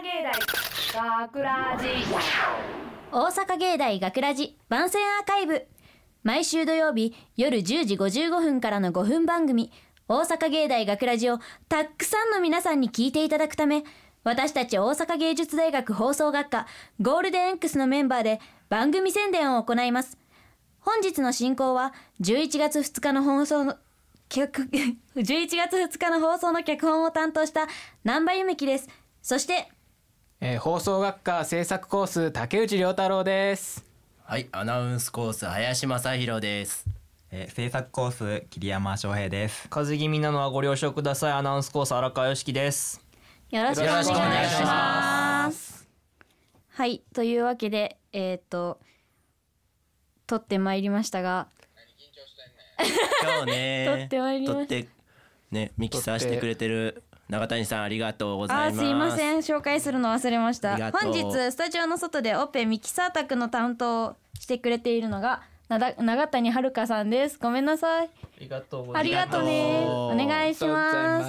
芸大学ラジ大阪芸大学ラジ番宣アーカイブ、毎週土曜日夜10時55分からの5分番組大阪芸大学ラジをたくさんの皆さんに聞いていただくため、私たち大阪芸術大学放送学科ゴールデン X のメンバーで番組宣伝を行います。本日の進行は11月2日の放送の11月2日の放送の脚本を担当した南波ゆめきです。そして、 放送学科制作コース竹内涼太郎です。 はい、アナウンスコース林正弘です。 制作コース桐山翔平です。 風邪気味なのはご了承ください。アナウンスコース荒川良樹です。 よろしくお願いします。はい、というわけで撮ってまいりましたが、 今日ね撮ってまいりました。 撮ってねミキサーしてくれてる永谷さんありがとうございます。 すいません、紹介するの忘れました。本日スタジオの外でオペミキサー宅の担当をしてくれているのが永谷遥さんです。ごめんなさい。 ありがとうございます。 ありがとうね。お願いします。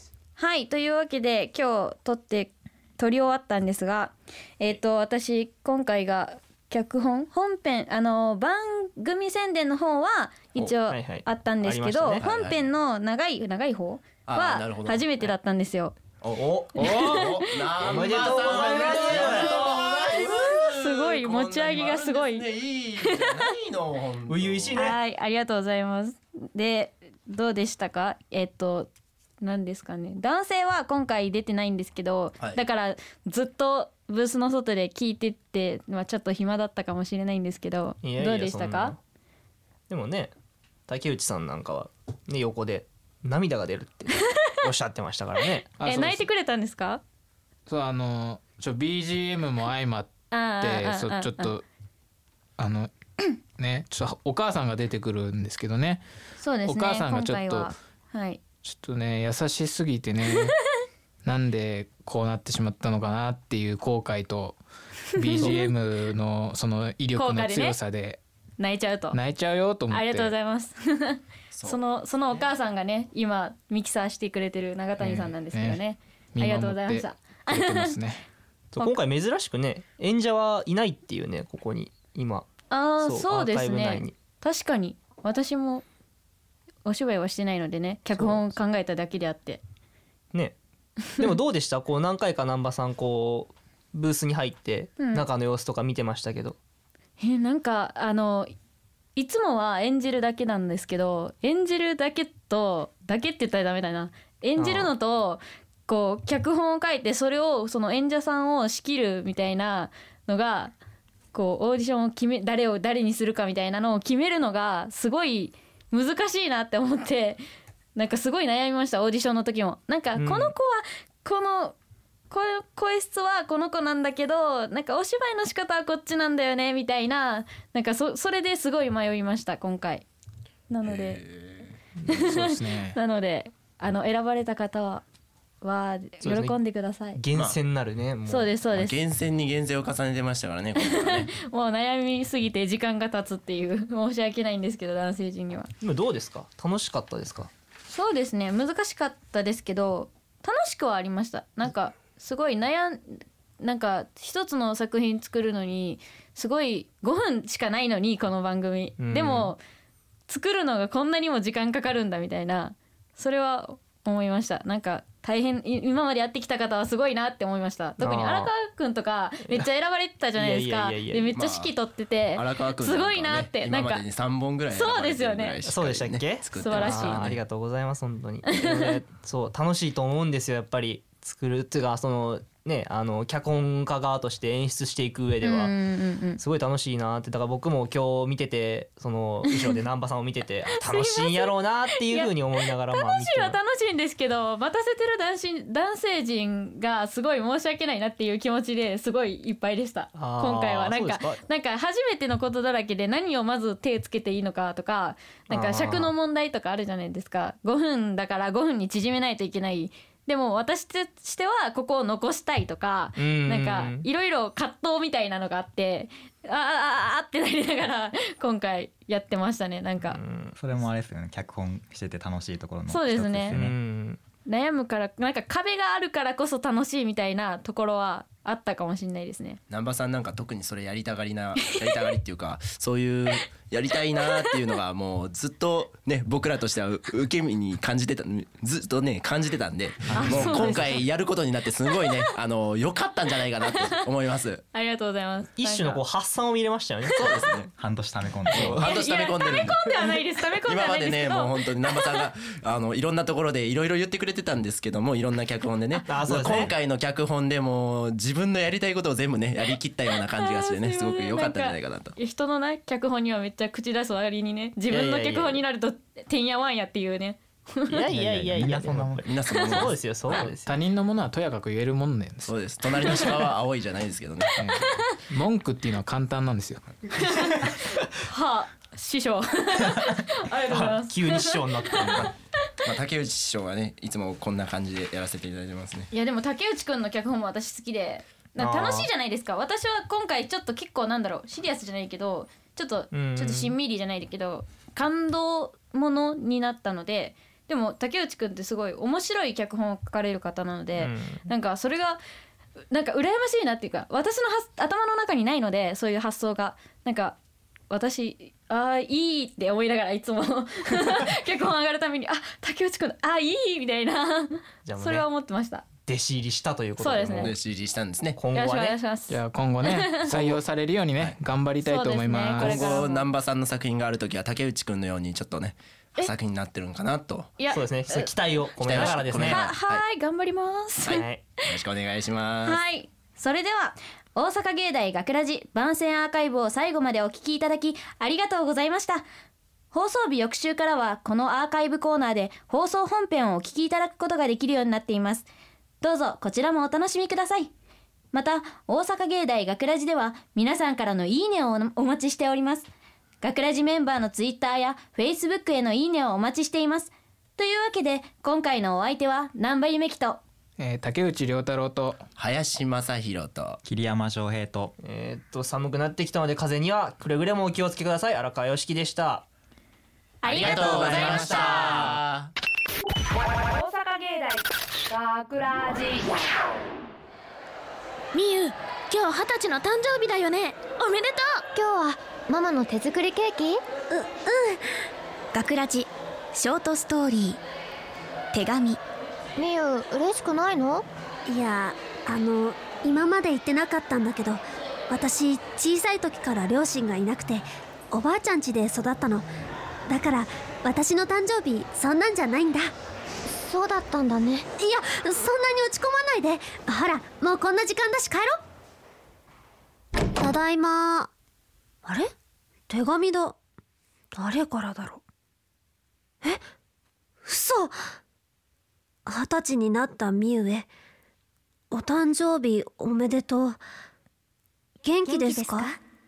はい、というわけで今日撮り終わったんですが、私今回が脚本本編番組宣伝の方は一応あったんですけど、本編の長い方は初めてだったんですよ。 おめでとうございます。 すごい持ち上げがすごい。 いいじゃないの。 初々しいね。 はい、ありがとうございます。で、どうでしたか？何ですかね。男性は今回出てないんですけど、だからずっとブースの外で聞いてって、ちょっと暇だったかもしれないんですけど、どうでしたか？ でもね、竹内さんなんかはね横で涙が出るっておっしゃってましたからね。 泣いてくれたんですか？ そうBGM も相まってちょっとねちょっとお母さんが出てくるんですけどね。 そうですね。 お母さんがちょっとはい。 ちょっとね優しすぎてねなんでこうなってしまったのかなっていう後悔と BGM のその威力の強さで泣いちゃうよと思って。 ありがとうございますそのお母さんがね今ミキサーしてくれてる永谷さんなんですけどね、ありがとうございました。 くれてますね今回珍しくね演者はいないっていうね、ここに今そうですね。確かに私もお芝居はしてないのでね、脚本を考えただけであってね。でもどうでしたこう何回か南波さんこうブースに入って中の様子とか見てましたけど、 なんかいつもは演じるだけなんですけど、演じるだけって言ったらダメだな。演じるのとこう脚本を書いてそれをその演者さんを仕切るみたいなのが、こうオーディションを誰にするかみたいなのを決めるのがすごい難しいなって思って、なんかすごい悩みました。オーディションの時もなんかこの子はこの声質はこの子なんだけど、なんかお芝居の仕方はこっちなんだよねみたいな、なんかそれですごい迷いました今回。なのでそうですねなので選ばれた方は喜んでください。 厳選なるね、 そうですそうです。 厳選に厳選を重ねてましたからね、今回はねもう悩みすぎて時間が経つっていう申し訳ないんですけど、男性陣には。 今どうですか？楽しかったですか？ そうですね、難しかったですけど楽しくはありました。なんかすごいなんか一つの作品作るのにすごい5分しかないのにこの番組、でも作るのがこんなにも時間かかるんだみたいな、それは思いました。なんか大変、今までやってきた方はすごいなって思いました。特に荒川くんとかめっちゃ選ばれてたじゃないですか。でめっちゃ指揮取ってて、すごいなって。なんか今までに3本ぐらいそうですよね。 そうでしたっけ？ 素晴らしい。 ありがとうございます本当に。そう楽しいと思うんですよやっぱり作るっていうか、そのね脚本家側として演出していく上ではすごい楽しいなって。だから僕も今日見てて、その衣装で南波さんを見てて楽しいんやろうなっていう風に思いながら楽しいは楽しいんですけど、待たせてる男性陣がすごい申し訳ないなっていう気持ちですごいいっぱいでした。今回はなんか初めてのことだらけで何をまず手つけていいのかとか、なんか尺の問題とかあるじゃないですか。5分だから5分に縮めないといけない。でも私としてはここを残したいとか、なんかいろいろ葛藤みたいなのがあって、ってなりながら今回やってましたね。なんかそれもあれですよね、脚本してて楽しいところの一つそうですですよね。 ね。 悩むからなんか壁があるからこそ楽しいみたいなところはあったかもしれないですね。 南波さんなんか特にそれやりたがりっていうかそういうやりたいなっていうのがもうずっとね僕らとしては受け身に感じてたずっとね感じてたんでもう今回やることになってすごいね良かったんじゃないかなって思います。 ありがとうございます。 一種のこう発散を見れましたよね。 そうですね。 半年溜め込んで半年溜め込んでるんで。 溜め込んではないです。溜め込んで今はないですけど。 までねもう本当に南波さんがいろんなところでいろいろ言ってくれてたんですけどもいろんな脚本でねそうですね今回の脚本でも自分のやりたいことを全部ねやりきったような感じがしてねすごく良かったんじゃないかなと。 人のね脚本にはめっちゃ口出す割にね自分の脚本になるとてんやわんやっていうね。 いやみんなそんなもん。 皆さんもそうですよそうですよ。 他人のものはとやかく言えるもんなんです。 そうです。隣の芝は青いじゃないですけどね。 文句っていうのは簡単なんですよ。 はあ師匠ありがとうございます。 急に師匠になったんだ。 竹内師匠はねいつもこんな感じでやらせていただいてますね。 いやでも竹内くんの脚本も私好きで楽しいじゃないですか。私は今回ちょっと結構シリアスじゃないけどちょっとしんみりじゃないけど感動ものになったので、でも竹内くんってすごい面白い脚本を書かれる方なので、なんかそれがなんか羨ましいなっていうか私の頭の中にないのでそういう発想がなんか私いいって思いながらいつも脚本上がるために竹内くんいいみたいなそれは思ってました。 弟子入りしたということで。 そうですね。 弟子入りしたんですね。 今後はね。 じゃあ今後ね採用されるようにね頑張りたいと思います。 今後南波さんの作品があるときは竹内くんのようにちょっとね作品になってるのかなと。 そうですね。その期待を込めながらですね。 はい頑張ります。 よろしくお願いします。 はい。それでは大阪芸大学ラジ番宣アーカイブを最後までお聞きいただきありがとうございました。放送日翌週からはこのアーカイブコーナーで放送本編をお聞きいただくことができるようになっています。どうぞこちらもお楽しみください。また大阪芸大学ラジでは皆さんからのいいねをお待ちしております。学ラジメンバーのツイッターやフェイスブックへのいいねをお待ちしています。というわけで今回のお相手は南波夢希と竹内涼太郎と林正弘と桐山翔平と寒くなってきたので風邪にはくれぐれもお気をつけください。荒川良樹でした。 ありがとうございました。 大阪芸大学ラジ。 みゆ、今日20歳の誕生日だよね。おめでとう。 今日はママの手作りケーキ？ 学ラジショートストーリー手紙。 みゆ、嬉しくないの？ いや、今まで言ってなかったんだけど、私小さい時から両親がいなくておばあちゃん家で育ったの。だから私の誕生日そんなんじゃないんだ。 そうだったんだね。 いや、そんなに落ち込まないで。ほら、もうこんな時間だし帰ろう。ただいま。あれ？手紙だ。誰からだろう。嘘。20歳になったみゆへ、お誕生日おめでとう。元気ですか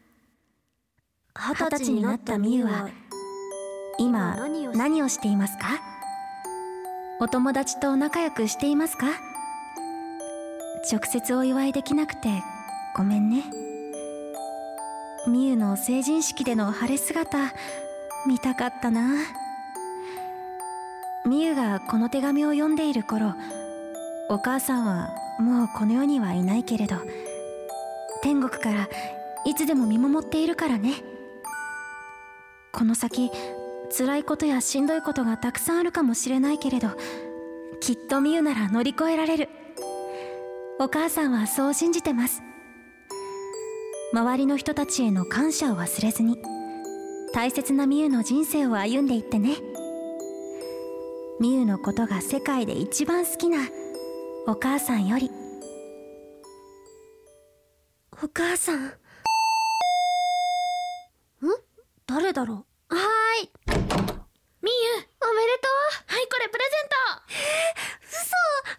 ？20歳になったみゆは今何をしていますか？お友達と仲良くしていますか？直接お祝いできなくてごめんね。みゆの成人式での晴れ姿見たかったな。みゆがこの手紙を読んでいる頃、お母さんはもうこの世にはいないけれど、天国からいつでも見守っているからね。この先辛いことやしんどいことがたくさんあるかもしれないけれど、きっとみゆなら乗り越えられる。お母さんはそう信じてます。周りの人たちへの感謝を忘れずに、大切なみゆの人生を歩んでいってね。みゆのことが世界で一番好きなお母さんより。お母さん。誰だろう。はーい。 みゆ、おめでとう。はい、これプレゼント。 嘘、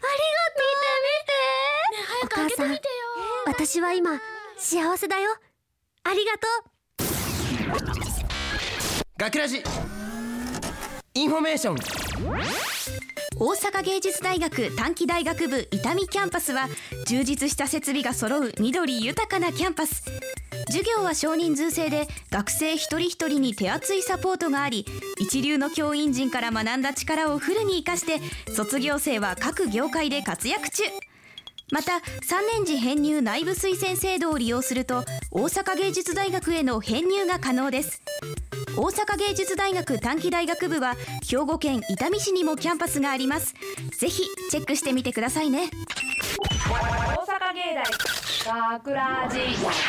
ありがとう。 見て見て。ね、早く開けてみてよ。 私は今幸せだよ。ありがとう。 学ラジインフォメーション。 大阪芸術大学短期大学部伊丹キャンパスは充実した設備が揃う緑豊かなキャンパス。 授業は少人数制で学生一人一人に手厚いサポートがあり、一流の教員陣から学んだ力をフルに生かして卒業生は各業界で活躍中。また3年次編入内部推薦制度を利用すると大阪芸術大学への編入が可能です。大阪芸術大学短期大学部は兵庫県伊丹市にもキャンパスがあります。ぜひチェックしてみてくださいね。 大阪芸大学ラジ。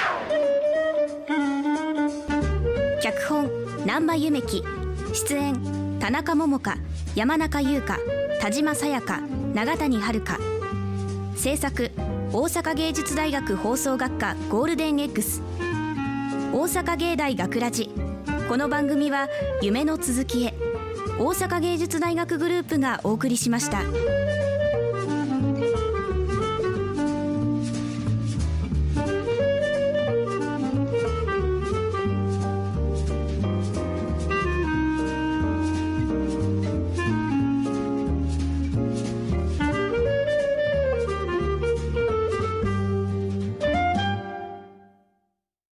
脚本難波夢樹、出演田中桃香、山中優香、田島さやか、永谷遥香。制作大阪芸術大学放送学科ゴールデン X。 大阪芸大学ラジ。この番組は夢の続きへ大阪芸術大学グループがお送りしました。